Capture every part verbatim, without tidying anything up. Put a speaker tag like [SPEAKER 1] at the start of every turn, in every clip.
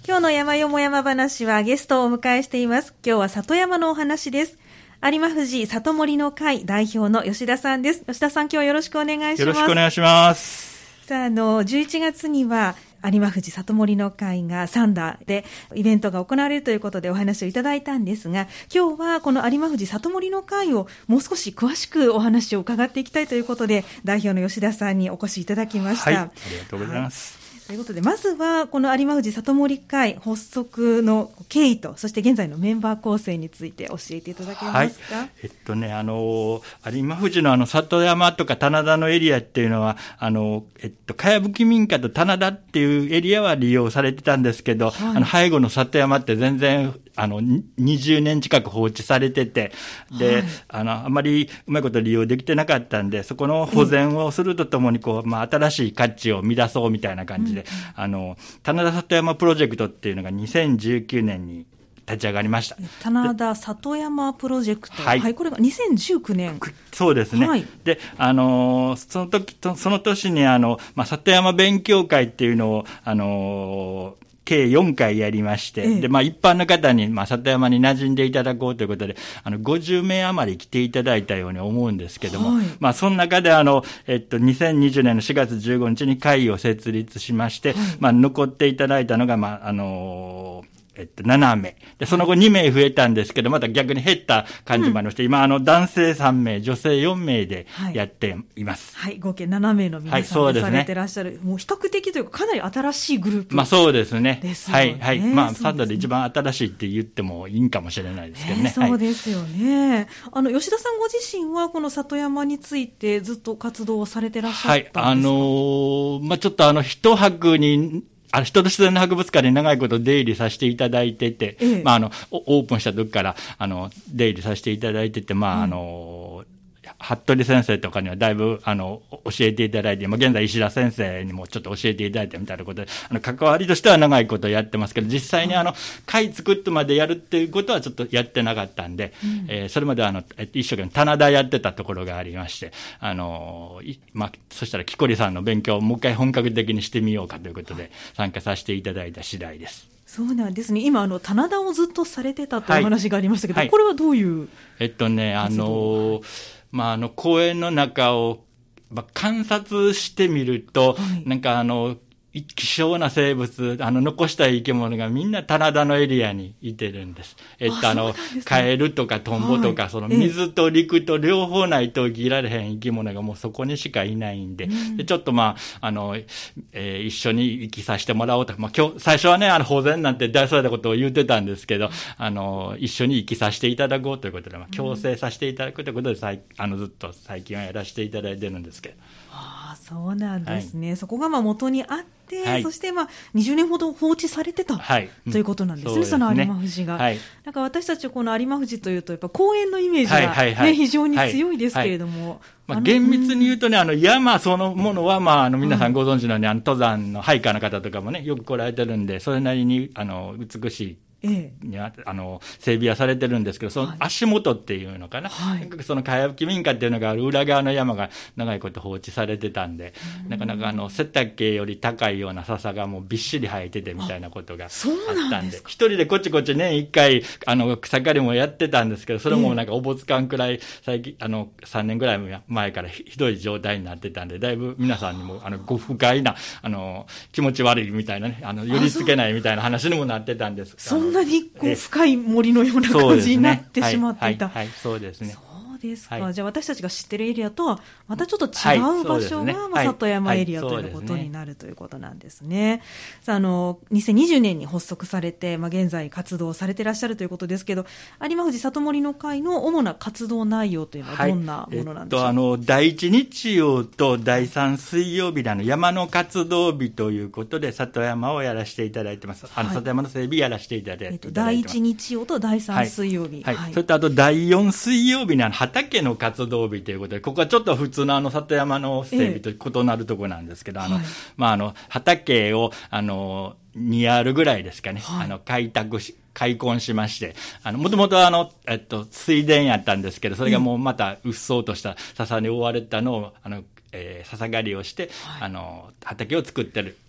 [SPEAKER 1] 今日の山よも山話はゲストをお迎えしています。今日は里山のお話です。有馬富士里森の会代表の吉田さんです。吉田さん、今日はよろしくお願いします。
[SPEAKER 2] よろしくお願いします。
[SPEAKER 1] さあ、あのじゅういちがつには有馬富士里森の会が三田でイベントが行われるということでお話をいただいたんですが、今日はこの有馬富士里森の会をもう少し詳しくお話を伺っていきたいということで、代表の吉田さんにお越しいただきました。
[SPEAKER 2] はい、ありがとうございます。
[SPEAKER 1] はい、ということで、まずはこの有馬富士里森会発足の経緯と、そして現在のメンバー構成について教えていただけますか。
[SPEAKER 2] はい、えっとね、あの有馬富士のあの里山とか棚田のエリアっていうのは、あのえっとかやぶき民家と棚田っていうエリアは利用されてたんですけど、はい、あの背後の里山って全然あのにじゅうねん近く放置されてて、で、はい、あのあまりうまいこと利用できてなかったんで、そこの保全をするとともにこう、まあ、新しい価値を生み出そうみたいな感じで、うん、あの棚田里山プロジェクトっていうのがにせんじゅうきゅうねんに立ち上がりました。
[SPEAKER 1] 棚田里山プロジェクト、はいはい、これがにせんじゅうきゅうねん。
[SPEAKER 2] そうですね。はい、で、あのその時とその年にあの、まあ、里山勉強会っていうのをあの計よんかいやりまして、ええ、で、まあ、一般の方に、まあ、里山に馴染んでいただこうということで、あの、ごじゅうめい余り来ていただいたように思うんですけども、はい、まあ、その中で、あの、えっと、にせんにじゅうねんのしがつじゅうごにちに会を設立しまして、はい、まあ、残っていただいたのが、まあ、あのー、えっと、ななめい。で、その後にめい増えたんですけど、また逆に減った感じもありまして、うん、今、あの、男性さんめい、女性よんめいでやっています。
[SPEAKER 1] はい。はい、合計ななめいの皆さんでされてらっしゃる、はい、もう比較的というか、かなり新しいグループ。
[SPEAKER 2] まあそうですね。
[SPEAKER 1] ですよね。
[SPEAKER 2] はい、はい。まあ、サンダで一番新しいって言ってもいいかもしれないですけどね。
[SPEAKER 1] えー、そうですよね。はい、あの、吉田さんご自身は、この里山についてずっと活動をされてらっしゃったんですか。はい。あの
[SPEAKER 2] ー、まあちょっとあの、一泊に、あの、人と自然の博物館に長いこと出入りさせていただいてて、ええ、まあ、あの、オープンした時から、あの、出入りさせていただいてて、まあ、うん、あの、服部先生とかにはだいぶ、あの、教えていただいて、まあ、現在石田先生にもちょっと教えていただいてみたいなことで、あの、関わりとしては長いことやってますけど、実際にあの、会作ってまでやるっていうことはちょっとやってなかったんで、うん、えー、それまであの、一生懸命棚田やってたところがありまして、あの、まあ、そしたら木こりさんの勉強をもう一回本格的にしてみようかということで、参加させていただいた次第です。
[SPEAKER 1] そうなんですね。今、あの、棚田をずっとされてたという話がありましたけど、はいはい、これはどういう？
[SPEAKER 2] えっとね、あの、まあ、あの、公園の中を、まあ、観察してみると、はい、なんかあの、希少な生物、あの、残したい生き物がみんな棚田のエリアにいてるんです。えっと、あ, あの、ね、カエルとかトンボとか、はい、その水と陸と両方ないと生きられへん生き物がもうそこにしかいないんで、うん、でちょっとまあ、あの、えー、一緒に生きさせてもらおうと。まあ、今日、最初はね、あの、保全なんて大それたことを言ってたんですけど、あの、一緒に生きさせていただこうということで、まあ、共生させていただくということで、さいあの、ずっと最近はやらせていただいてるんですけど。
[SPEAKER 1] ああ、そうなんですね。はい、そこがまあ元にあって、
[SPEAKER 2] はい、
[SPEAKER 1] そしてまあにじゅうねんほど放置されてた、はい、ということなんですね。うん、その有馬富士が、はい、なんか私たちこの有馬富士というとやっぱ公園のイメージが、ね、はいはいはい、非常に強いですけれども、はいはい、
[SPEAKER 2] まあ、厳密に言うとね、あの山そのものはまああの皆さんご存知のように、あの登山のハイカーの方とかもねよく来られてるんで、それなりにあの美しい。ええ、あの整備はされてるんですけど、その足元っていうのかな、はい、そのかやぶき民家っていうのがある裏側の山が長いこと放置されてたんで、んなかなかあの背丈より高いような笹がもうびっしり生えててみたいなことがあったんで、一人でこっちこっち年一回あの草刈りもやってたんですけど、それもなんかおぼつかんくらい最近あのさんねんぐらい前からひどい状態になってたんで、だいぶ皆さんにもあのご不快なあの気持ち悪いみたいなね、あの寄りつけないみたいな話にもなってたんです。
[SPEAKER 1] そんなにこう深い森のような感じになってしまっていた。
[SPEAKER 2] はい、そうですね。
[SPEAKER 1] そうですか。はい、じゃあ私たちが知ってるエリアとはまたちょっと違う場所が、はい、まあ、里山エリアということになるということなんですね。さあ、あのにせんにじゅうねんに発足されて、まあ、現在活動されていらっしゃるということですけど、有馬富士里森の会の主な活動内容というのはどんなものなんでしょうか。はい、えっと、あの
[SPEAKER 2] だいいち日曜とだいさん水曜日であの山の活動日ということで里山をやらせていただいてます。あの、はい、里山の整備やらせていただいてます。えっと、
[SPEAKER 1] だいいち日曜とだいさん水曜日。
[SPEAKER 2] はいはいはい、それとあとだいよん水曜日にあの畑の活動日ということで、ここはちょっと普通のあの里山の整備と異なるところなんですけど、ええ、あの、はい、まあ、あの畑をあのにアールぐらいですかね、はい、あの開拓し開墾しまして、あの、もともとあの、えっと、水田やったんですけど、それがもうまたうっそうとした笹に覆われたのを、あの、えー、笹刈りをして、はい、あの、畑を作ってるっていう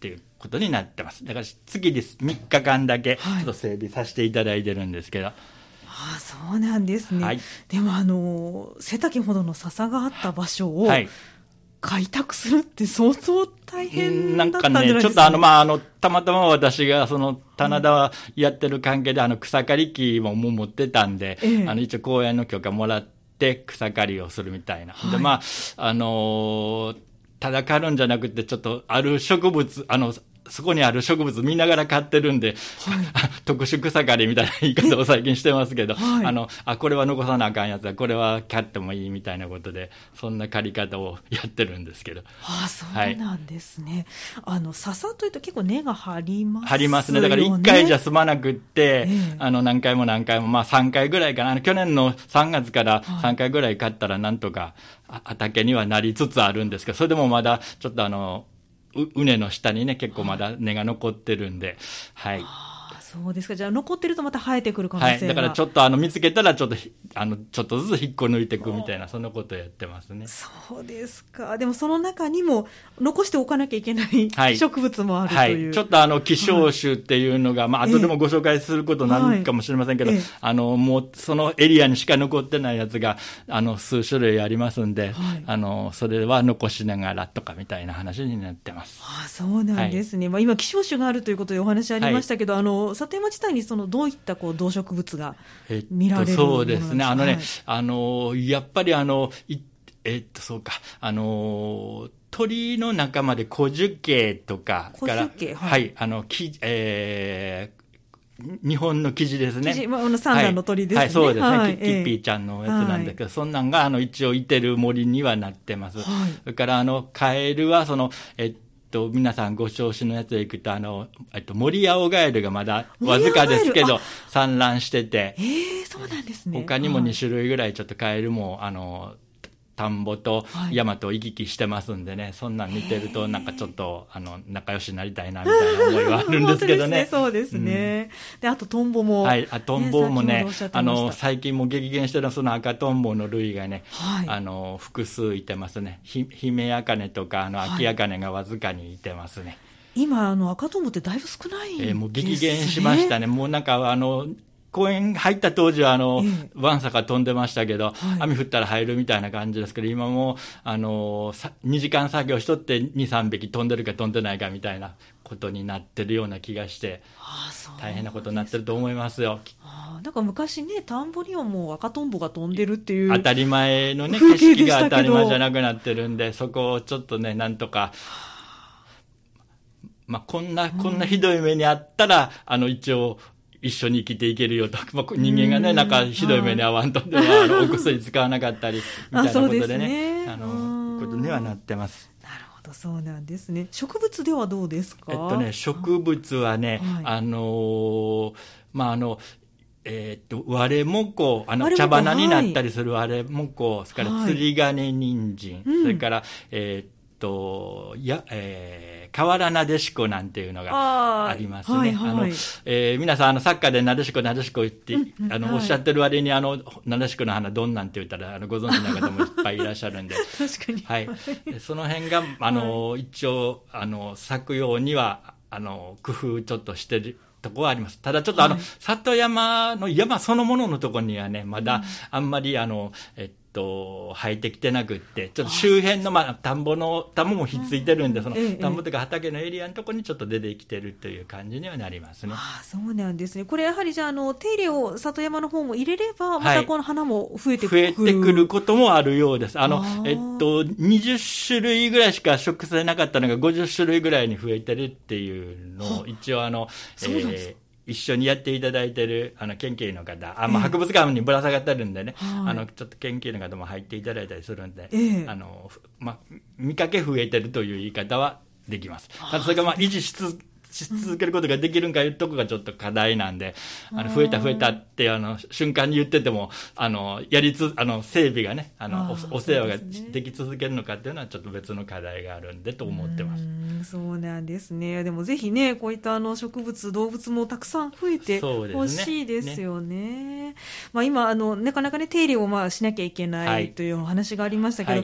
[SPEAKER 2] ことになってます。だから月にみっかかんだけちょっと整備させていただいてるんですけど、はい、
[SPEAKER 1] ああ、そうなんですね、
[SPEAKER 2] はい、
[SPEAKER 1] でもあの背丈ほどの笹があった場所を、はい、開拓するって相当大変だったんじゃないですか、ね、なんかね、
[SPEAKER 2] ちょっとあの、まあ、あの、たまたま私がその棚田やってる関係で、あの、草刈り機も持ってたんで、ええ、あの、一応公園の許可もらって草刈りをするみたいな。はい、で、まあ、あのー、ただ刈るんじゃなくて、ちょっとある植物、あの、そこにある植物見ながら買ってるんで、はい、特殊草刈りみたいな言い方を最近してますけど、はい、あの、あ、これは残さなあかんやつだ、これは刈ってもいいみたいなことで、そんな刈り方をやってるんですけど。
[SPEAKER 1] ああ、そうなんですね。はい、あの、笹というと結構根が張りますよね。
[SPEAKER 2] 張りますね。だから一回じゃ済まなくって、ええ、あの、何回も何回も、まあさんかいぐらいかな。あの、去年のさんがつからさんかいぐらい刈ったらなんとか、畑にはなりつつあるんですけど、それでもまだちょっとあの、う、畝の下にね、結構まだ根が残ってるんで、はい。
[SPEAKER 1] あ、そうですか。じゃあ残ってるとまた生えてくる可能性が。
[SPEAKER 2] はい。だからちょっとあの、見つけたらちょっと、あの、ちょっとずつ引っこ抜いていくみたいな、そんなことをやってますね。
[SPEAKER 1] そうですか。でもその中にも、残しておかなきゃいけない植物もあるという。はい。
[SPEAKER 2] はい、ちょっとあの、希少種っていうのが、はい、まあ、後でもご紹介することになるかもしれませんけど、はい、あの、もう、そのエリアにしか残ってないやつが、あの、数種類ありますんで、はい、あの、それは残しながらとかみたいな話になってます。
[SPEAKER 1] ああ、そうなんですね。はい、まあ、今、希少種があるということでお話ありましたけど、はい、あの、里山自体にその、どういったこう、動植物が見られる、えっと、
[SPEAKER 2] そうですね。あのね、はい、あの、やっぱりあの、いえっと、そうか、あの、鳥の仲間でコジュケとか、
[SPEAKER 1] コジュケ、
[SPEAKER 2] はい、はい、あの、き、えー、日本のキジですね。キ
[SPEAKER 1] ジ、まあ、あの三段の鳥ですね。
[SPEAKER 2] はい、はい、そうですね。はい、キッピーちゃんのやつなんだけど、はい、そんなんが、あの、一応いてる森にはなってます。はい、それから、あの、カエルは、その、えっと、皆さんご承知のやつへ行くと、あの、えっと、森青ガエルがまだわずかですけど、産卵してて。
[SPEAKER 1] ええー、そうなんですね。
[SPEAKER 2] 他にもに種類ぐらいちょっとカエルも、あの、田んぼと山と行き来してますんでね、はい、そんなん見てるとなんかちょっとあの仲良しになりたいなみたいな思いはあるんですけどね。
[SPEAKER 1] そうですね。うん、で、あとトンボも。
[SPEAKER 2] はい、あトンボもね、あの、最近も激減してるその赤トンボの類がね、はい、あの、複数いてますね。ひ、姫茜とか、あの、秋茜がわずかにいてますね。はい、
[SPEAKER 1] 今、あの、赤トンボってだいぶ少ないんですね。
[SPEAKER 2] えー、もう激減しましたね。もうなんかあの、公園入った当時はあの、ええ、わんさか飛んでましたけど、はい、雨降ったら入るみたいな感じですけど、今もあのにじかん作業しとってに、さんびき飛んでるか飛んでないかみたいなことになってるような気がして、ああ、そう大変なことになってると思いますよ。
[SPEAKER 1] ああ、なんか昔ね、田んぼにはもう赤トンボが飛んでるっていう
[SPEAKER 2] 当たり前のね、景色が当たり前じゃなくなってるんで、そこをちょっとね、なんとか、まあ、こんな、こんなひどい目にあったら、あの、一応、一緒に生きていけるよと、まあ、人間がね、なんかひどい目に遭わんとでは、あのお薬使わなかったりみたいなことでね、あのことにはなってます。
[SPEAKER 1] なるほど、そうなんですね。植物ではどうですか？
[SPEAKER 2] えっとね、植物はね、はい、あのまああのえー、っと割れもこ、あの茶花になったりする割れもこ、それから釣り金人参、はい、それから、えー、っとやえー河原なでしこなんていうのがありますね。はいはい、あの、えー、皆さん、あの、サッカーでなでしこなでしこ言って、うんうん、あの、はい、おっしゃってる割に、あの、なでしこの花どんなんて言ったら、あの、ご存知の方もいっぱいいらっしゃるんで。
[SPEAKER 1] 確かに。
[SPEAKER 2] はい。その辺が、あの、はい、一応、あの、咲くようには、あの、工夫ちょっとしてるところはあります。ただちょっとあの、はい、里山の山そのもののところにはね、まだ、あんまり、あの、えっと、と生えてきてなくって、ちょっと周辺の、まあ、田んぼの田んぼもひっついてるんで、その田んぼとか畑のエリアのところにちょっと出てきてるという感じにはなりますね。
[SPEAKER 1] ああ、そうなんですね。これやはりじゃあ、あの手入れを里山の方も入れれば、またこの花も増えてくる、はい、
[SPEAKER 2] 増えてくることもあるようです。あの、あえっと、にじゅっしゅるいぐらいしか植されなかったのがごじゅっしゅるいぐらいに増えてるっていうのを、一応あの、えー一緒にやっていただいているあの研究員の方、あ、まあ、博物館にぶら下がってるんでね、えー、あのちょっと研究員の方も入っていただいたりするんで、えーあのまあ、見かけ増えてるという言い方はできます。ただそれがまあ維持し続けし続けることができるんかいうとこがちょっと課題なんで、うん、あの増えた増えたってあの瞬間に言っててもあのやりつあの整備がねあの お, お世話ができ続けるのかっていうのはちょっと別の課題があるんでと思ってます。
[SPEAKER 1] うん、そうなんですね。でもぜひねこういったあの植物動物もたくさん増えてほしいですよね。ね、まあ、今あのなかなかね手入れをまあしなきゃいけないというお話がありましたけど、はいはい、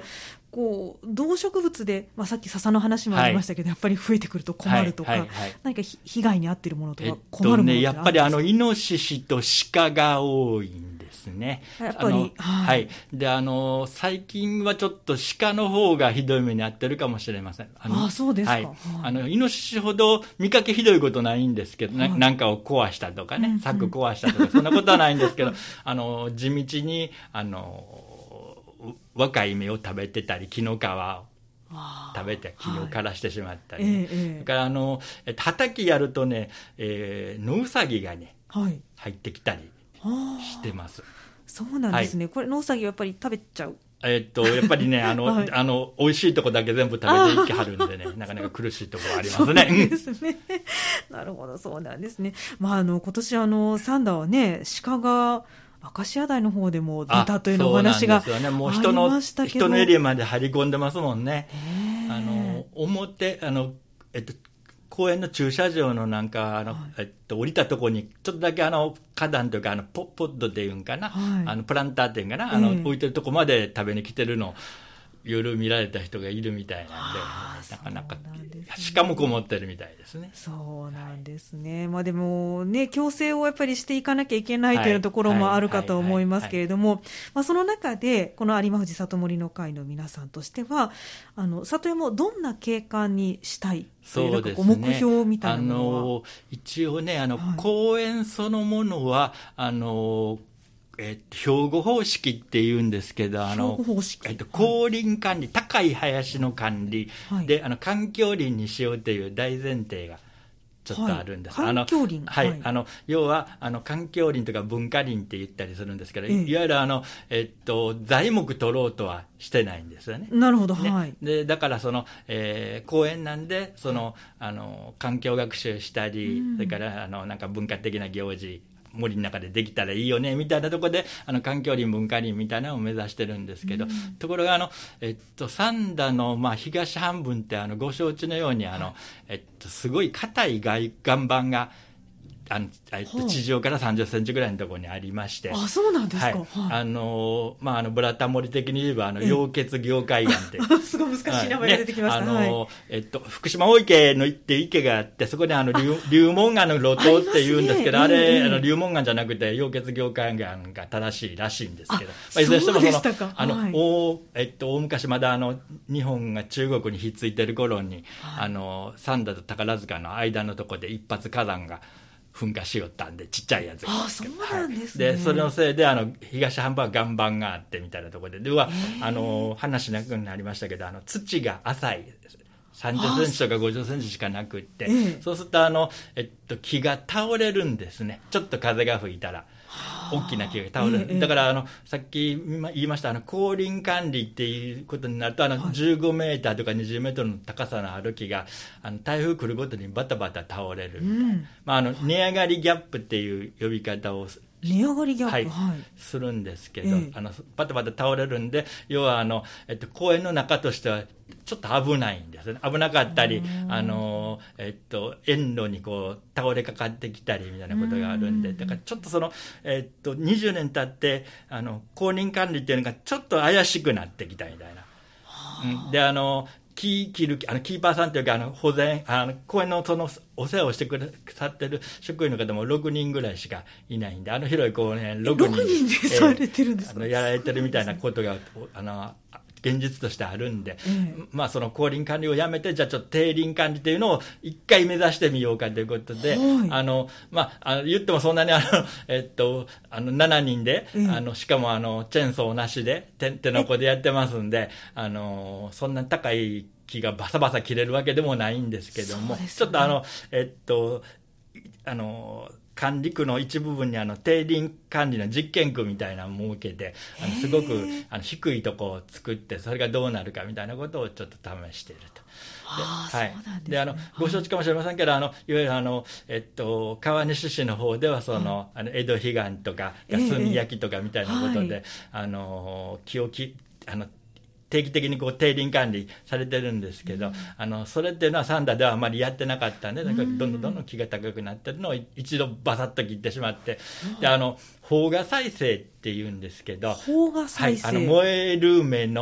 [SPEAKER 1] こう動植物で、まあ、さっき笹の話もありましたけど、はい、やっぱり増えてくると困るとか、はいはいはい、何か被害に遭っているものとか困るものってあるんですか？えっとね、
[SPEAKER 2] やっぱりあのイノシシと鹿が多いんですね。
[SPEAKER 1] やっぱり、はい
[SPEAKER 2] はい、であの最近はちょっと鹿の方がひどい目に遭ってるかもしれません。
[SPEAKER 1] あのあそうですか、はい、
[SPEAKER 2] あのイノシシほど見かけひどいことないんですけど、はい、な, なんかを壊したとかね、うんうん、柵壊したとかそんなことはないんですけどあの地道にあの若い芽を食べてたり木の皮を食べて木を枯らしてしまったり、ね、はいええ、だからあの畑やるとね、えー、野ウサギがね、はい、入ってきたりしてます。
[SPEAKER 1] そうなんですね、はい、これ野ウサギはやっぱり食べちゃう
[SPEAKER 2] えっと、やっぱりね、あの、はい、あの、美味しいとこだけ全部食べていきはるんでね、なかなか苦しいところありますね。
[SPEAKER 1] そうですね。なるほど、そうなんですね。まあ、あの、今年あの、サンダーはね、鹿が、明石家台の方でも出たというのお話がありましたけど、そうなんですよね。もう人の、人のエリアまで張り込んでますもんね。あの、表、あの、えっと、公園の駐車場のなんか、あの、はい、えっと、降りたところに、ちょっとだけあの、花壇というか、あの、ポ, ポッドっていうんかな、はい、あの、プランターっていうんかな、あの、えー、置いてるとこまで食べに来てるの、夜見られた人がいるみたいなんで、なかなか、しかもこもってるみたいですね。 そうなんですね。はい、まあでもね、矯正をやっぱりしていかなきゃいけないというところもあるかと思いますけれども、まあその中で、この有馬富士里森の会の皆さんとしては、あの、里山をどんな景観にしたいという、なんかこう目標みたいなのは、
[SPEAKER 2] あの、一応ね、あの、はい、公園そのものは、あの、えっと、標語方式って言うんですけど、あの、えっと、公林管理、はい、高い林の管理、はい、で、あの、環境林にしようという大前提がちょっとあるんです。
[SPEAKER 1] はい、環境林、
[SPEAKER 2] はい、はい、あの、要は、あの、環境林とか文化林って言ったりするんですけど、ええ、いわゆるあの、えっと、材木取ろうとはしてないんですよね。
[SPEAKER 1] なるほど、
[SPEAKER 2] ね、
[SPEAKER 1] はい。
[SPEAKER 2] で、だからその、えー、公園なんで、その、あの、環境学習したり、うん、それから、あの、なんか文化的な行事、森の中でできたらいいよねみたいなところであの環境林文化林みたいなのを目指してるんですけど、うん、ところがあの、えっと、三田の、まあ、東半分ってあのご承知のようにあの、えっと、すごい硬い岩盤があのえっと、地上からさんじゅっセンチぐらいのところにありまして、
[SPEAKER 1] あ、そうなんですか、はい、
[SPEAKER 2] あのまあ、あのブラタモリ的に言えばあの溶血凝灰岩って
[SPEAKER 1] すごい難しい名前が出てきました、
[SPEAKER 2] ね、あの、はい、えっと、福島大池のって池があってそこであの流門岩の露頭って言うんですけど あ,、ね、あれ、えー、あの流門岩じゃなくて溶血凝灰岩が正しいらしいんですけど、まあ、いずれにしてもそのあの、はい、大, えっと、大昔まだあの日本が中国にひっついてる頃に、はい、あの三田と宝塚の間のところで一発火山が噴火しよったんでちっちゃいやつが
[SPEAKER 1] あそうなんですね、
[SPEAKER 2] はい、でそれのせいであの東半分は岩盤があってみたいなところでではあの話なくなりましたけどあの土が浅いさんじゅっセンチとかごじゅっセンチしかなくって、そうするとあの、えっと、木が倒れるんですね。ちょっと風が吹いたら大きな木が倒れる、ええ、だからあのさっき言いましたあの公林管理っていうことになるとあのじゅうごメーターとかにじゅうメートルの高さのある木があの台風来るごとにバタバタ倒れるみたいな、うんまあ、あの値上がりギャップっていう呼び方を
[SPEAKER 1] 値上がりギャップ、
[SPEAKER 2] はいはい、するんですけど、ええ、あのバタバタ倒れるんで要はあの、えっと、公園の中としてはちょっと危ないんですね。危なかったりあの、えっと、遠路にこう倒れかかってきたりみたいなことがあるんでだからちょっとその、えっと、にじゅうねん経ってあの公認管理っていうのがちょっと怪しくなってきたみたいな、うん、であの木切るあのキーパーさんというかあの保全あの公園のそのお世話をしてくださってる職員の方もろくにんぐらいしかいないんであの広い公園ろくにん
[SPEAKER 1] ろくにんでされてるんですか、
[SPEAKER 2] えー、あのやられてるみたいなことがあの現実としてあるんで、ええまあ、その公林管理をやめてじゃあちょっと低林管理というのを一回目指してみようかということで、はい、あのまあ、あの言ってもそんなにあの、えっと、あのななにんで、ええ、あのしかもあのチェーンソーなしで手手の子でやってますんであのそんな高い木がバサバサ切れるわけでもないんですけども、ね、ちょっとあのえっとあの管理区の一部分にあの低林管理の実験区みたいなのを設けてあのすごくあの低いとこを作ってそれがどうなるかみたいなことをちょっと試していると。
[SPEAKER 1] あはい、そうなんですね、
[SPEAKER 2] であのご承知かもしれませんけどあのいわゆるあの、えっと、川西市の方ではその、はい、あの江戸彼岸とか炭焼きとかみたいなことで、えーはい、あの木をきあの定期的にこう低林管理されてるんですけど、うん、あのそれっていうのは三田ではあまりやってなかったんでなんかどんどんどんどん木が高くなってるのを一度バサッと切ってしまって、うん、であの邦画再生っていうんですけど
[SPEAKER 1] 邦画再生、
[SPEAKER 2] はい、あの燃える梅の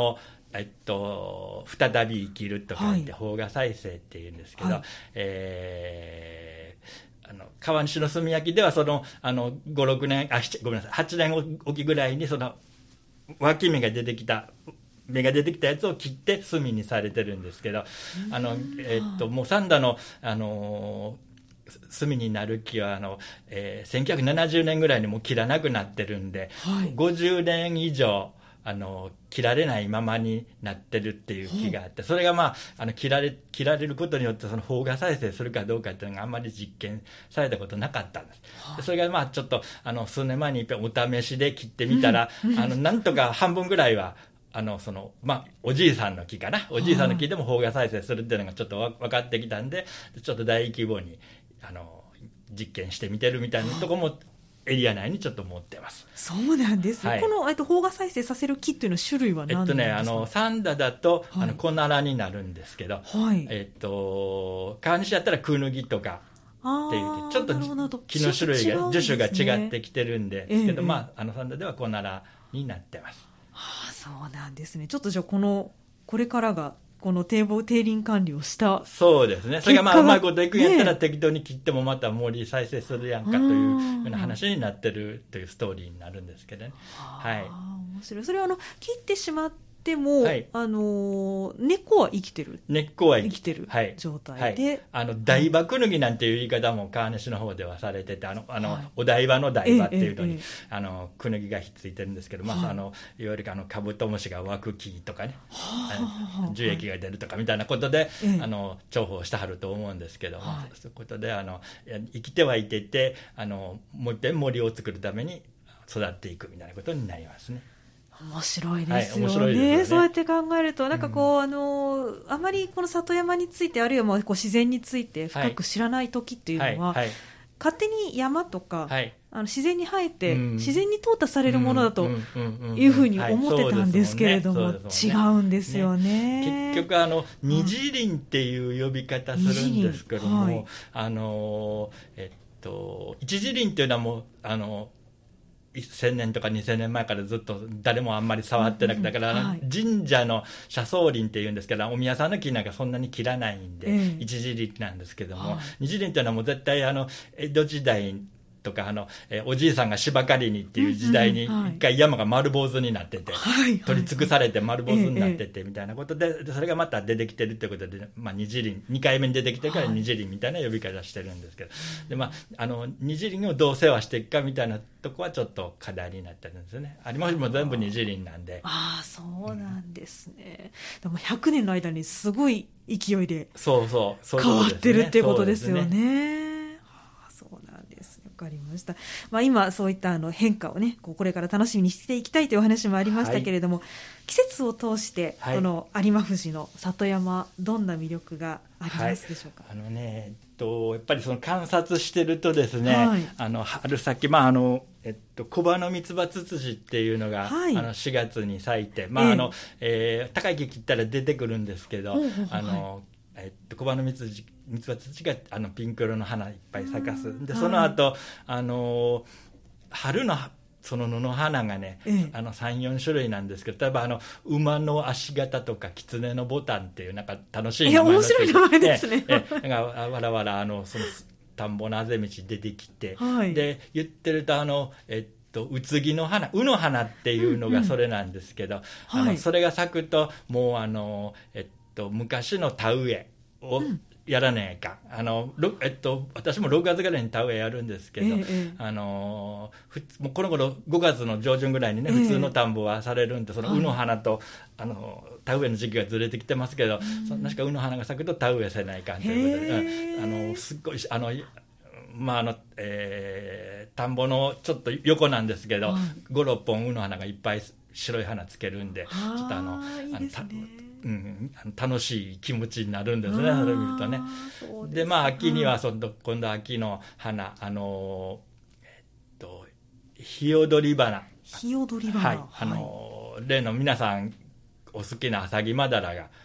[SPEAKER 2] えっと、再び生きると書いて、邦画再生っていうんですけど、はい、えー、あの川西の炭焼きではそのあのご、ろくねんあごめんなさいはちねんおきぐらいにその脇芽が出てきた芽が出てきたやつを切って炭にされてるんですけど、あの、えー、っともう三田の、あの炭になる木はあの、えー、せんきゅうひゃくななじゅうねんぐらいにもう切らなくなってるんで、はい、ごじゅうねん以上あの切られないままになってるっていう木があって、それが、まあ、あの切られ切られることによってその邦画再生するかどうかっていうのがあんまり実験されたことなかったんです。でそれがまあちょっとあの数年前にお試しで切ってみたら、うん、あのなんとか半分ぐらいはあのそのまあ、おじいさんの木かな、おじいさんの木でも邦画再生するっていうのがちょっと分かってきたんで、ちょっと大規模にあの実験してみてるみたいなところもエリア内にちょっと持ってます。
[SPEAKER 1] そうなんですね、はい、この、えっと、邦画再生させる木っていうのは種類は何なんですか？
[SPEAKER 2] えっとね、あの三田だと、はい、あの小奈良になるんですけど、はい、えっと、川西だったらクヌギとかっていうちょっと木の種類が、樹種が違ってきてるんで、ですけど、えー、まあ、あの三田では小奈良になってます。
[SPEAKER 1] はあ、そうなんですね。ちょっとじゃあこのこれからがこの堤防堤林管理をした
[SPEAKER 2] そうですね。それがまあうまいこといくんやったら適当に切ってもまた森再生するやんかというような話になってるというストーリーになるんですけどね。はい。
[SPEAKER 1] 面白い。それはあの切ってしまっても、はい、あの根っこは生きてる。
[SPEAKER 2] 根っこは
[SPEAKER 1] 生きてる状態で、
[SPEAKER 2] はいはい、あの台場クヌギなんていう言い方も川西の方ではされてて、あのあの、はい、お台場の台場っていうのに、ええええ、あのクヌギがひっついてるんですけど、まあ、あのいわゆるあのカブトムシが湧く木とかね、はあ、樹液が出るとかみたいなことで、ええ、あの重宝してはると思うんですけど、はい、そういうことであの生きてはいててあのもう一遍森を作るために育っていくみたいなことになりますね。
[SPEAKER 1] 面白いですよね。はい、ですよね。そうやって考えるとなんかこう、うん、あのあまりこの里山についてあるいはもうこう自然について深く知らない時っていうのは、はいはいはい、勝手に山とか、はい、あの自然に生えて、うん、自然に淘汰されるものだというふうに思ってたんですけれども、違うんですよね。
[SPEAKER 2] ね、結局あの二次林っていう呼び方するんですけども、はい、あのえっと一次林っていうのはもうあのせんねんとかにせんねんまえからずっと誰もあんまり触ってなくて、だから、はい、神社の車窓林っていうんですけど、お宮さんの木なんかそんなに切らないんで、えー、一次林なんですけども、はい、二次林っていうのはもう絶対あの江戸時代とかあの、えー、おじいさんが芝刈りにっていう時代に一回山が丸坊主になってて、はい、取り尽くされて丸坊主になっててみたいなことで、えー、それがまた出てきてるってことで、まあ、二次林にかいめに出てきてるから二次林みたいな呼び方してるんですけど、はい、でまあ、あの二次林をどう世話していくかみたいなとこはちょっと課題になってるんですよね。ありもしも全部二次林なんで。
[SPEAKER 1] ああ、そうなんですね。うん、でもひゃくねんの間にすごい勢いで
[SPEAKER 2] そうそうそう
[SPEAKER 1] 変わってるってことですよね。そうなんです。わかりました。まあ、今そういったあの変化をね、こうこれから楽しみにしていきたいというお話もありましたけれども、はい、季節を通してこの有馬富士の里山、どんな魅力がありますでしょうか？
[SPEAKER 2] はい、あのね、えっと、やっぱりその観察してるとですね、はい、あの春先、まああのえっと、コバのミツバツツジっていうのが、はい、あのしがつに咲いて、まああのえー、高い木切ったら出てくるんですけど、あの、はい、えっと、コバのミツジミツバツツジがあのピンク色の花いっぱい咲かす。でその後、はい、あの春のその野の花がね、ええ、あのさん、よん種類なんですけど、例えばあの馬の足型とか狐のボタンっていうなんか楽しい名前の、
[SPEAKER 1] 面白い名前ですね。
[SPEAKER 2] ええ、なんかわらわらあのその田んぼのあぜ道出てきて、はい、で言ってるとあのえっとうつぎの花、うの花っていうのがそれなんですけど、うんうん、あのそれが咲くともうあのえっと昔の田植えを、うんやらねえかあの、えっと、私もろくがつぐらいに田植えやるんですけど、ええ、あのふもうこの頃ごがつの上旬ぐらいにね、え、普通の田んぼはされるんで、そのうの花と、はい、あの田植えの時期がずれてきてますけど、その確かうの花が咲くと田植えせないかんということで、うん、あのすっごいあのまああのえー、田んぼのちょっと横なんですけど、はい、ご、ろっぽんうの花がいっぱい白い花つけるんで、ちょっとあの
[SPEAKER 1] いいですね。
[SPEAKER 2] うん、楽しい気持ちになるんですね、それを見るとね。でまあ秋にはその今度秋の花、あのえっとヒヨドリ花、
[SPEAKER 1] ヒヨドリ花、
[SPEAKER 2] はい、あの、はい、例の皆さんお好きなアサギマダラが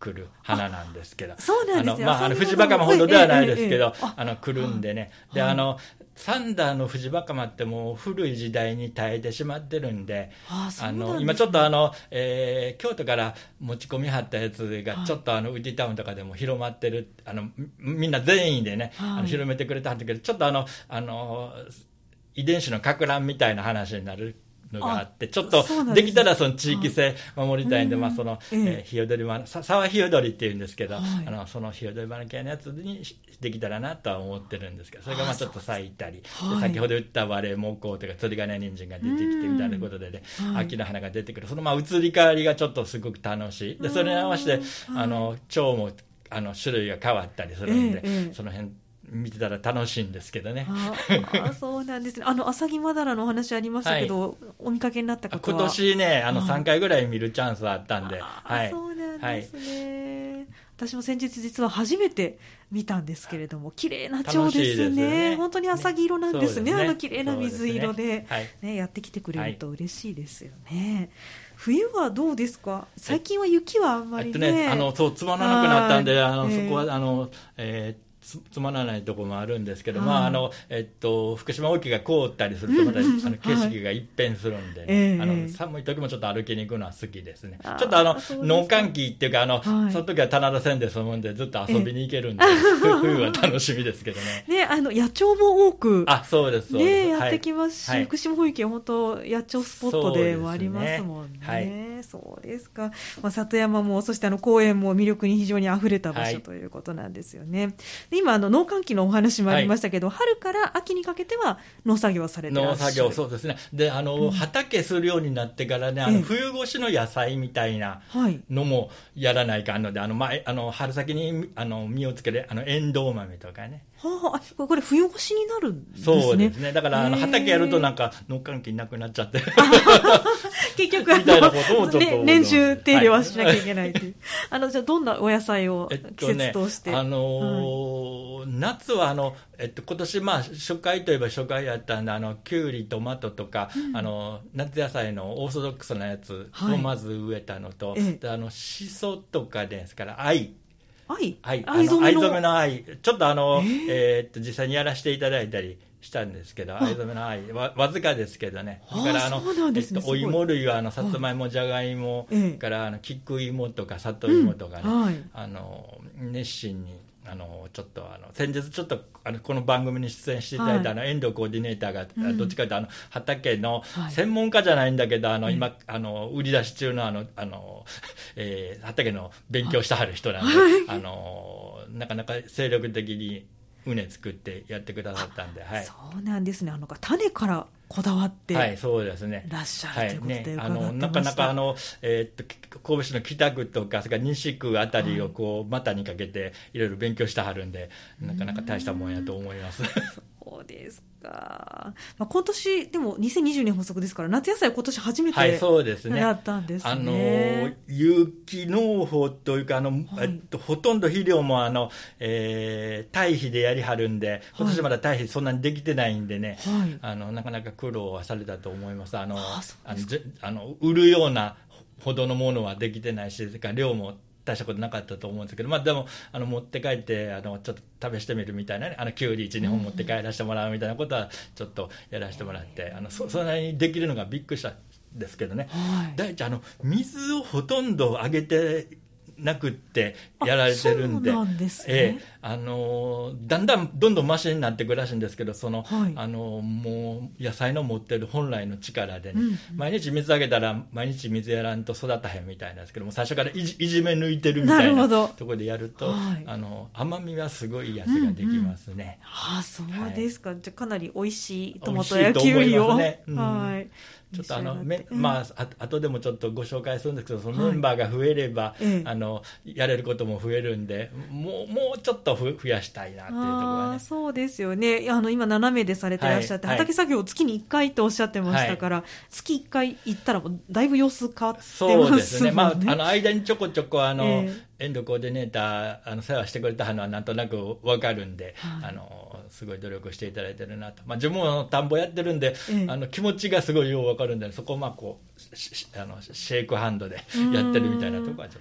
[SPEAKER 2] 来る花なんですけど、
[SPEAKER 1] そうなんですよ。
[SPEAKER 2] あの、まあ、あの、藤バカマほどではないですけど、あの、来るんでね。で、あの、サンダーの藤バカマってもう古い時代に耐えてしまってるんで、
[SPEAKER 1] ああ、
[SPEAKER 2] の今ちょっとあの、えー、京都から持ち込みはったやつがちょっとあのウディタウンとかでも広まってる、あのみんな全員でね、はい、あの広めてくれたんだけど、ちょっとあのあの遺伝子のか乱みたいな話になるのがあって、ちょっとできたらその地域性守りたいんで、まあその、えー、ヒヨドリ花、沢ヒヨドリっていうんですけど、はい、あのそのヒヨドリ花系のやつにできたらなとは思ってるんですけど、それがまあちょっと咲いたり、で先ほど言ったバレーモコウとか釣り鐘人参が出てきてみたいなことでね、はい、秋の花が出てくる、そのまあ移り変わりがちょっとすごく楽しい。でそれに合わせて、あの蝶もあの種類が変わったりするんで、えーえー、その辺見てたら楽しいんですけどね。
[SPEAKER 1] ああ、そうなんですね。あのアサギマダラのお話ありましたけど、はい、お見かけになったことは。
[SPEAKER 2] 今年ね、あのさんかいぐらい見るチャンスあったんで、
[SPEAKER 1] はい、そうなんですね。はい、私も先日実は初めて見たんですけれども、綺麗な蝶ですね。ですね、本当にアサギ色なんですね。ね、あの綺麗な水色で、ね、はい、ね、やってきてくれると嬉しいですよね。はい、冬はどうですか？最近は雪はあんまりね。
[SPEAKER 2] えっとね、あのそうつまらなくなったんで、あの、えー、そこはあの、えーつ, つまらないところもあるんですけど、はい、まああのえっと、福島沖が凍ったりするとまた、うんうん、あの景色が一変するんで、ね、はい、あの寒い時もちょっと歩きに行くのは好きですね。ちょっとあの農閑期っていうか、あの、はい、その時は棚田線で済むんでずっと遊びに行けるんで、冬は楽しみですけどね。
[SPEAKER 1] ね、あの野鳥も多く、
[SPEAKER 2] あ、そうですそうです、
[SPEAKER 1] ね、やってきますし、はい、福島保育は本当野鳥スポットでもありますもんね。はい、そうですか。まあ、里山もそしてあの公園も魅力に非常にあふれた場所ということなんですよね。で今あの農閑期のお話もありましたけど、はい、春から秋にかけては農作業されてらっしゃる。農作業、そうですね。で、あの、うん、畑するようになってからね、あの冬越しの野菜みたいなのもやらないかんので、あの、ま、あの春先にあの実をつけるあのエンドウ豆とかね。 はあ、これ冬越しになるんですね。
[SPEAKER 2] そうですね。だからあの畑やるとなんか農閑期なくなっちゃって
[SPEAKER 1] 結局あの
[SPEAKER 2] みたいなこともちょっと、ね、
[SPEAKER 1] 年中手入れはしなきゃいけないという、はい、あのじゃあどんなお野菜を季節通して、えっとね、
[SPEAKER 2] あのーはい、夏はあの、えっと、今年まあ初回といえば初回やったんで、あのきゅうりトマトとか、うん、あの夏野菜のオーソドックスなやつをまず植えたのと、はい、であのシソとかですから藍
[SPEAKER 1] 藍
[SPEAKER 2] 藍染めの藍、ちょっとあの、えーえー、っと実際にやらせていただいたりしたんですけど、藍染めの藍 わ, わずかですけどね。だからあの、ね、えっと、お芋類はあのさつまいも、じゃがいもからあの菊芋とか里芋とかね、うんはい、あの熱心にあのちょっとあの先日ちょっとあのこの番組に出演していただいた、はい、あの遠藤コーディネーターが、うん、どっちかというとあの畑の専門家じゃないんだけど、はい、あの今あの売り出し中のあのあの、えー、畑の勉強してはる人なんで、はい、あのなかなか精力的に畝作ってやってくださったんで、はい、
[SPEAKER 1] そうなんですね。あの種からこだわって
[SPEAKER 2] はい、そうですね、
[SPEAKER 1] いらっしゃるということで伺ってました。
[SPEAKER 2] はいね、あのなかなかあの、えー、っと神戸市の北区とかそれから西区あたりをこう股にかけていろいろ勉強してはるんで、なかなか大したもんやと思います。
[SPEAKER 1] そうですか。まあ、今年でもにせんにじゅうねん発足ですから、夏野菜今年初めて、
[SPEAKER 2] はい、そうですね、
[SPEAKER 1] やったんですね。
[SPEAKER 2] あの有機農法というかあの、はい、えっと、ほとんど肥料もあの、えー、堆肥でやりはるんで、今年まだ堆肥そんなにできてないんでね、はい、あのなかなか苦労はされたと思います。あのああのあの売るようなほどのものはできてないし、量も大したことなかったと思うんですけど、まあ、でもあの持って帰ってあのちょっと試してみるみたいなね、あのきゅうりいち、にほん持って帰らせてもらうみたいなことはちょっとやらせてもらって、あの そ, それなりにできるのがびっくりしたんですけどね、はい、第一あの水をほとんどあげてなくってやられてるんで、
[SPEAKER 1] そうなんですね。
[SPEAKER 2] えー、あのだんだんどんどんマシになってくるらしいんですけど、その、はい、あのもう野菜の持ってる本来の力でね、うんうん、毎日水あげたら毎日水やらんと育たへんみたいなんですけども、最初からい じ, いじめ抜いてるみたいなところでやると、はい、あの甘みはすごいやつができますね。
[SPEAKER 1] うんうん、あ、そうですか、はい、じゃあかなり美味しいトマトやキウイを、ね、うん、はい、
[SPEAKER 2] ちょっとあのめ、まあ、あ後でもちょっとご紹介するんですけど、そのメンバーが増えれば、はい、あのやれることも増えるんで、もう、もうちょっと増やしたいなっていうところはね。
[SPEAKER 1] そうですよね。あの今ななめいでされてらっしゃって、はい、畑作業を月にいっかいとおっしゃってましたから、はい、月いっかい行ったらもうだいぶ様子変わってますもんね。
[SPEAKER 2] そうですね、まあ、あの間にちょこちょこあの、えー、遠藤コーディネーターあの世話してくれたのはなんとなく分かるんで、はい、あのすごい努力していただいてるなと、まあ、自分も田んぼやってるんで、えー、あの気持ちがすごいよう分かるんで、そこをまあこうあのシェイクハンドでやってるみたいなところはちょっとあります。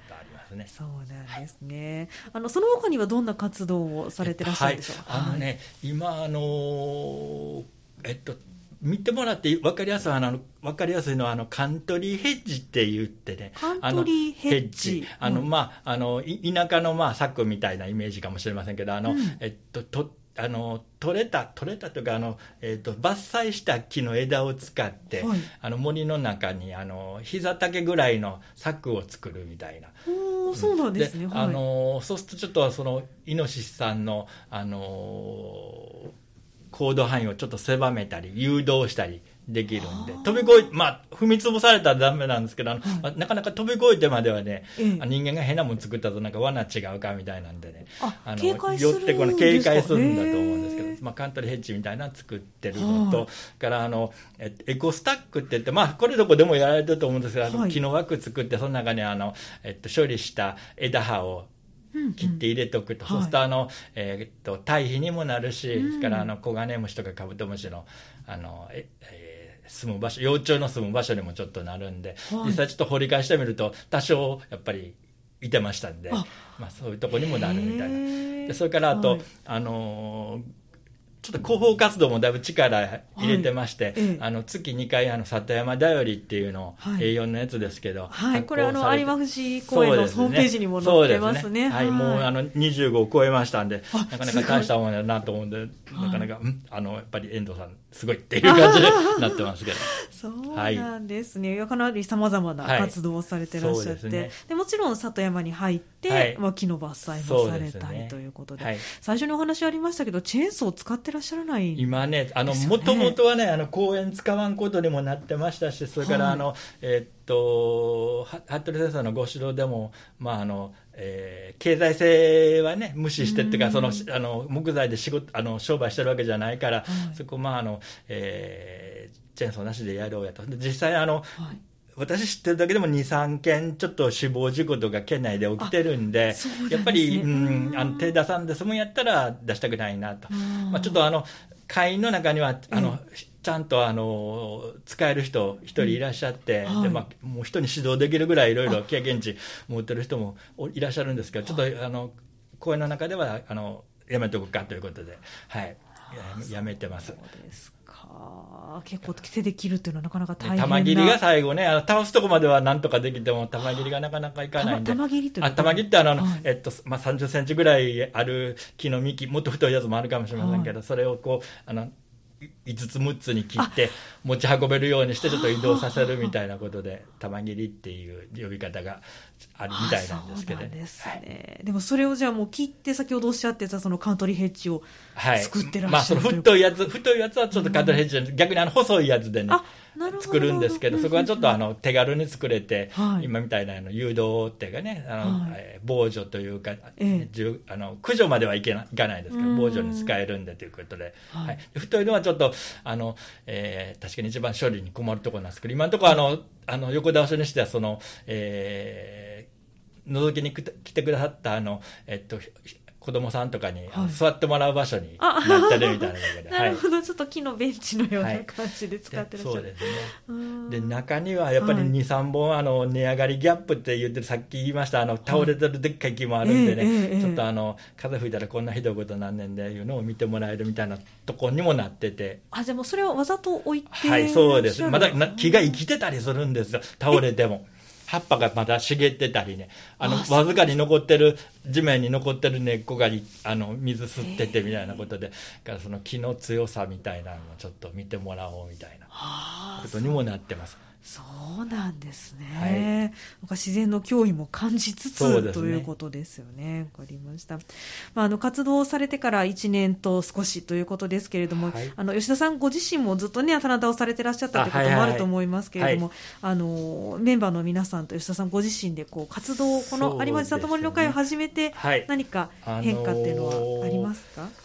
[SPEAKER 2] ますね。
[SPEAKER 1] そうなんですね。あのその他にはどんな活動をされてらっしゃるんでしょうか。
[SPEAKER 2] はい、あのね、今あのえっと見てもらって分かりやすいあの分かりやすいのはあのカントリーヘッジって言ってね、
[SPEAKER 1] カントリーヘッジ、
[SPEAKER 2] あの、まあ、あの田舎のまあ柵みたいなイメージかもしれませんけど、あの、うん、えっととあの取れた取れたというかあの、えー、と伐採した木の枝を使って、はい、あの森の中にあの膝丈ぐらいの柵を作るみたいな。
[SPEAKER 1] お、そうなんですね。
[SPEAKER 2] で、あのそうするとちょっとそのイノシシさんの、あの行動範囲をちょっと狭めたり誘導したりできるんで、飛び越え、まあ、踏み潰されたらダメなんですけど、あの、はい、なかなか飛び越えてまではね、ええ、人間が変なもん作ったとなんか罠違うかみたいなんでね、
[SPEAKER 1] ああの警戒するんですか。
[SPEAKER 2] 寄ってこの警戒するんだと思うんですけど、まあ、カントリーヘッジみたいなの作ってるのと、はい、からあのエコスタックって言って、まあ、これどこでもやられてると思うんですけど、はい、木の枠作ってその中にあの、えっと、処理した枝葉を切って入れておくと、うんうん、そうするとあの、えー、っと堆肥にもなるし、うん、それからあのコガネムシとかカブトムシのあのえ、えー、住む場所、幼鳥の住む場所にもちょっとなるんで、はい、実際ちょっと掘り返してみると多少やっぱりいてましたんで、あ、まあ、そういうとこにもなるみたいな。でそれからあと、はい、あのーちょっと広報活動もだいぶ力入れてまして、はいええ、あの月にかいあの里山だよりっていうのを、はい、エーよん のやつですけど、
[SPEAKER 1] はい、これあの有馬富士公園のホームページにも載ってますね。
[SPEAKER 2] はい、もうあのにじゅうごを超えましたんで、なかなか大したもんだなと思うんで、なかなか、うん、あのやっぱり遠藤さんすごいっていう感じになってますけど。
[SPEAKER 1] そうなんですね。はい、かなりさまざまな活動をされてらっしゃって、はい、 で, ね、でもちろん里山に入って、はいまあ、木の伐採もされたり、ね、ということで、はい、最初にお話ありましたけどチェーンソーを使ってらっしゃらないんですよね。
[SPEAKER 2] 今ね、あのもともとはねあの公園使わんことにもなってましたし、それからあの、はい、えー、っと服部先生のご指導でも、まああのえー、経済性はね無視してっていうか、そのあの木材で仕事あの商売してるわけじゃないから、はい、そこまああの、えー、チェーンソーなしでやろうやと。で実際あの、はい、私知ってるだけでも にさんけんちょっと死亡事故とか県内で起きてるん で, で、ね、やっぱり、うん、あの手出さんで済むんやったら出したくないなと。まあ、ちょっとあの会員の中にはあの、うん、ちゃんとあの使える人一人いらっしゃって、うんはい、でまあ、もう人に指導できるぐらいいろいろ経験値持ってる人もいらっしゃるんですけど、ちょっとあの公園の中ではあのやめておくかということで、はい、や, やめてます。
[SPEAKER 1] そうですか。結構手で切るっていうのはなかなか大変な。
[SPEAKER 2] 玉切りが最後ね、あの倒すとこまではなんとかできても玉切りがなかなかいかないんで。
[SPEAKER 1] 玉切りという
[SPEAKER 2] あ玉切りってあの、はい、えっとまあ、さんじゅっセンチぐらいある木の幹、もっと太いやつもあるかもしれませんけど、はい、それをこうあのいつつむっつに切って持ち運べるようにしてちょっと移動させるみたいなことで玉切りっていう呼び方があるみたいなんですけど、ね、
[SPEAKER 1] そうなんですね。はい、でもそれをじゃあもう切って先ほどおっしゃってたそのカントリーヘッジを作ってらっしゃる、はい、まあ、その
[SPEAKER 2] 太いやつ太いやつはちょっとカントリーヘッジじゃなくて、逆にあの細いやつでね作るんですけど、そこはちょっとあの手軽に作れて、はい、今みたいなあの誘導っていうかね、あの、はい、えー、防除というか、ええ、あの駆除まではいけないかないですけど防除に使えるんでということで、はいはい、太いのはちょっとあの、えー、確かに一番処理に困るところなんですけど、今のところあのあの横倒しにしてはその、えー、覗きに来てくださったあの、えっと子供さんとかに、はい、座ってもらう場所になってるみたいなので、
[SPEAKER 1] なるほど、はい、ちょっと木のベンチのような感じで使ってらっしゃる、
[SPEAKER 2] はい、そうですね。で中にはやっぱり に,さん 本あの値上がりギャップって言ってる、さっき言いましたあの倒れてるでっかい木もあるんでね、はいえーえー、ちょっとあの風吹いたらこんなひどいことなんねんでいうのを見てもらえるみたいなところにもなってて、
[SPEAKER 1] あ、じゃあもうそれをわざと置いて、
[SPEAKER 2] はい、そうです。まだ木が生きてたりするんですよ、倒れても。葉っぱがまだ茂ってたりね、あのわずかに残ってる地面に残ってる根っこがあの水吸っててみたいなことで、からその木の強さみたいなのをちょっと見てもらおうみたいなことにもなってます。
[SPEAKER 1] そうなんですね、はい、なんか自然の脅威も感じつつ、ね、ということですよね。わかりました。まあ、あの活動されてからいちねんと少しということですけれども、はい、あの吉田さんご自身もずっとね棚田をされてらっしゃったということもあると思いますけれども、あのメンバーの皆さんと吉田さんご自身でこう活動、この有馬里森の会を始めて何か変化っていうのはありますか？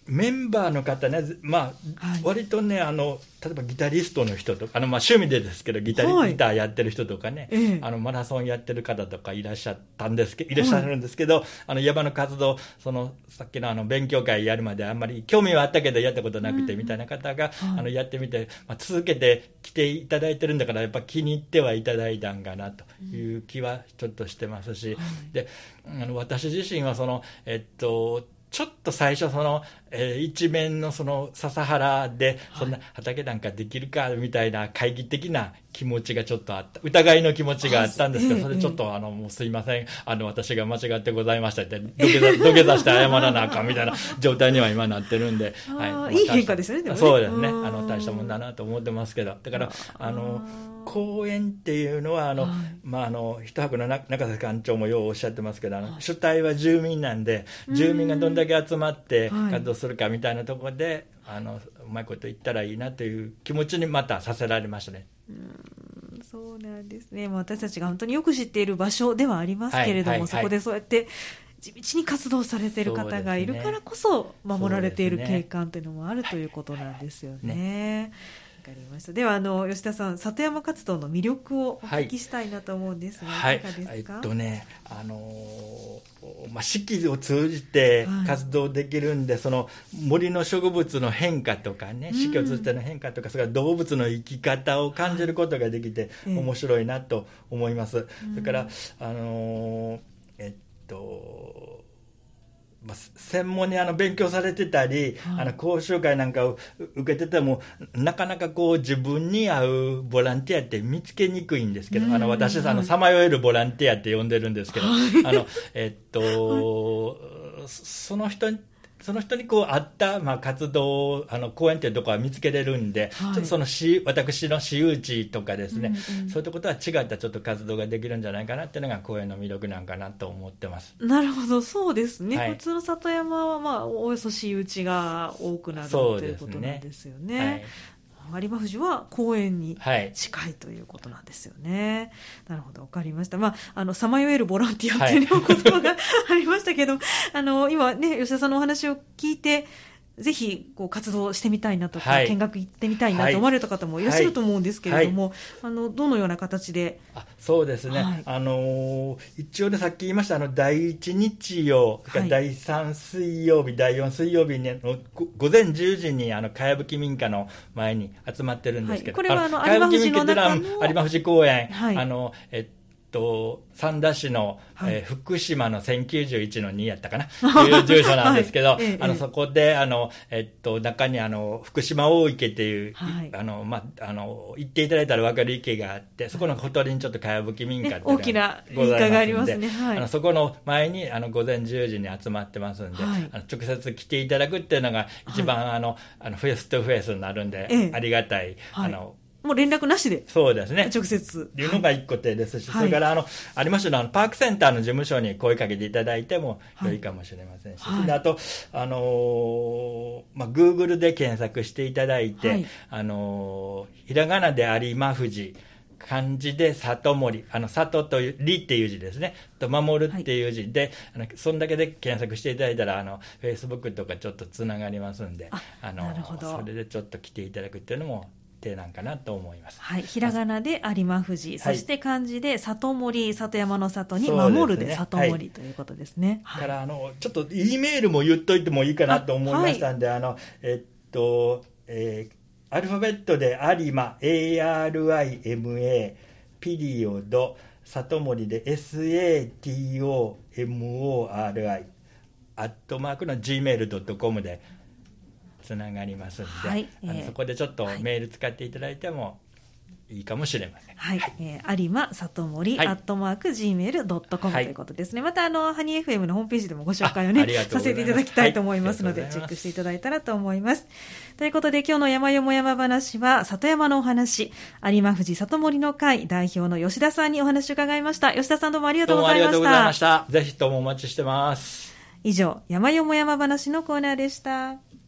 [SPEAKER 2] メンバーの方ね、まあ、はい、割とね、あの例えばギタリストの人とか、あのまあ趣味でですけど、ギタリ、はい、ギターやってる人とかね、ええ、あのマラソンやってる方とかいらっしゃったんですけど、いらっしゃるんですけど、はい、あの山の活動、そのさっきのあの勉強会やるまであんまり興味はあったけどやったことなくて、うん、みたいな方が、はい、あのやってみて、まあ、続けて来ていただいてるんだから、やっぱ気に入ってはいただいたんかなという気はちょっとしてますし、うん、であの私自身はその、えっとちょっと最初その、えー、一面のその笹原でそんな畑なんかできるかみたいな懐疑的な気持ちがちょっとあった、疑いの気持ちがあったんですけど、それちょっとあのもうすいません、あの私が間違ってございましたって土下座土下座して謝らなあかんみたいな状態には今なってるんで、
[SPEAKER 1] はい、いい変化ですね。でもね、
[SPEAKER 2] そうですね、あの大したもんだなと思ってますけど、だからあの公園っていうのはあの、はい、まあ、あの一泊の中瀬館長もようおっしゃってますけど、あの、はい、主体は住民なんで、住民がどんだけ集まって活動するかみたいなところで、はい、あのうまいこと言ったらいいなという気持ちにまたさせられましたね。
[SPEAKER 1] うーん、そうなんですね。私たちが本当によく知っている場所ではありますけれども、はいはいはい、そこでそうやって地道に活動されている方がいるからこそ守られている景観というのもあるということなんですよね。わかりました。ではあの吉田さん、里山活動の魅力をお聞きしたいなと思うんですが、はい、いかがですか？
[SPEAKER 2] はい、えっとね、あのーまあ、四季を通じて活動できるんで、はい、その森の植物の変化とかね、四季を通じての変化とか、それから動物の生き方を感じることができて面白いなと思います。はい、それから、あのー、えっとまあ、専門にあの勉強されてたり、はい、あの講習会なんかを受けててもなかなかこう自分に合うボランティアって見つけにくいんですけど、あの私さ、あのさまよえるボランティアって呼んでるんですけど、はい、あのえっと、はい、その人にその人にこう合った、まあ、活動、あの公園というところは見つけれるんで、はい、ちょっとその私私の私有地とかですね、うんうん、そういったことは違ったちょっと活動ができるんじゃないかなっていうのが公園の魅力なんかなと思ってます。
[SPEAKER 1] なるほど、そうですね、はい、普通の里山は、まあ、およそ私有地が多くなるということなんですよね。はい、有馬富士は公園に近いということなんですよね。はい、なるほど、わかりました。まあ、あのさまよえるボランティアっていう、ね、はい、言葉がありましたけど、あの今ね、吉田さんのお話を聞いてぜひこう活動してみたいなとか、はい、見学行ってみたいなと思われた方もいらっしゃると思うんですけれども、はいはい、あのどのような形で？
[SPEAKER 2] あ、そうですね、はい、あの一応ね、さっき言いましたあのだいいち日曜、はい、だいさん水曜日、だいよん水曜日に午前じゅうじにあのかやぶき民家の前に集まってるんですけど、
[SPEAKER 1] はい、これはあの有馬富士の中の
[SPEAKER 2] 有馬富士公園、はい、あのえっと三田市の、はい、えー、福島のせんきゅうじゅういちのにやったかなという住所なんですけど、はい、あのそこであの、えっと、中にあの福島大池っていう、はい、あのまあ、あの行っていただいたら分かる池があって、そこのほとりにちょっとかやぶき民家っていうのがございますので、大きな民家がありますね。はい、あのそこの前にあの午前じゅうじに集まってますんで、はい、あの直接来ていただくっていうのが一番、はい、あのあのフェイストゥフェイスになるんで、ええ、ありがたい、はい、あの
[SPEAKER 1] もう連絡なしで、
[SPEAKER 2] そうですね、
[SPEAKER 1] 直接
[SPEAKER 2] っていうのが一個手ですし、はい、それからあのありましたのパークセンターの事務所に声かけていただいても良いかもしれませんし、はい、であと、あのーまあ、Google で検索していただいて、はい、あのー、ひらがなで有馬富士、漢字で里森、あの里というりっていう字ですねと守るっていう字で、はい、あのそんだけで検索していただいたらあの Facebook とかちょっとつながりますんで、ああのそれでちょっと来ていただくっていうのも手なんかなと思います。
[SPEAKER 1] はい、ひらがなで有馬富士、はい、そして漢字で里森、里山の里に守るで里森、ね、ということですね。
[SPEAKER 2] はい、からあのちょっと E メールも言っといてもいいかなと思いましたんで、あ、はい、あのえっと、えーアルファベットで有馬 エーアールアイエムエー ピリオド里森で エスエーティーオーエムオーアールアイ アットマークの ジーメールドットコム でつながりますので、はい、あのそこでちょっとメール使っていただいてもいいかもしれません。
[SPEAKER 1] はい、はい、えー、有馬里森、はい、アットマーク ジーメールドットコム ということですね。またあのハニー エフエム のホームページでもご紹介をねさせていただきたいと思いますので、はい、チェックしていただいたらと思います。ということで今日の山よも山話は里山のお話、有馬富士里森の会代表の吉田さんにお話を伺いました。吉田さんどうもありがとうございました。
[SPEAKER 2] どうもありがとうございました。ぜひともお待ちしてます。
[SPEAKER 1] 以上山よも山話のコーナーでした。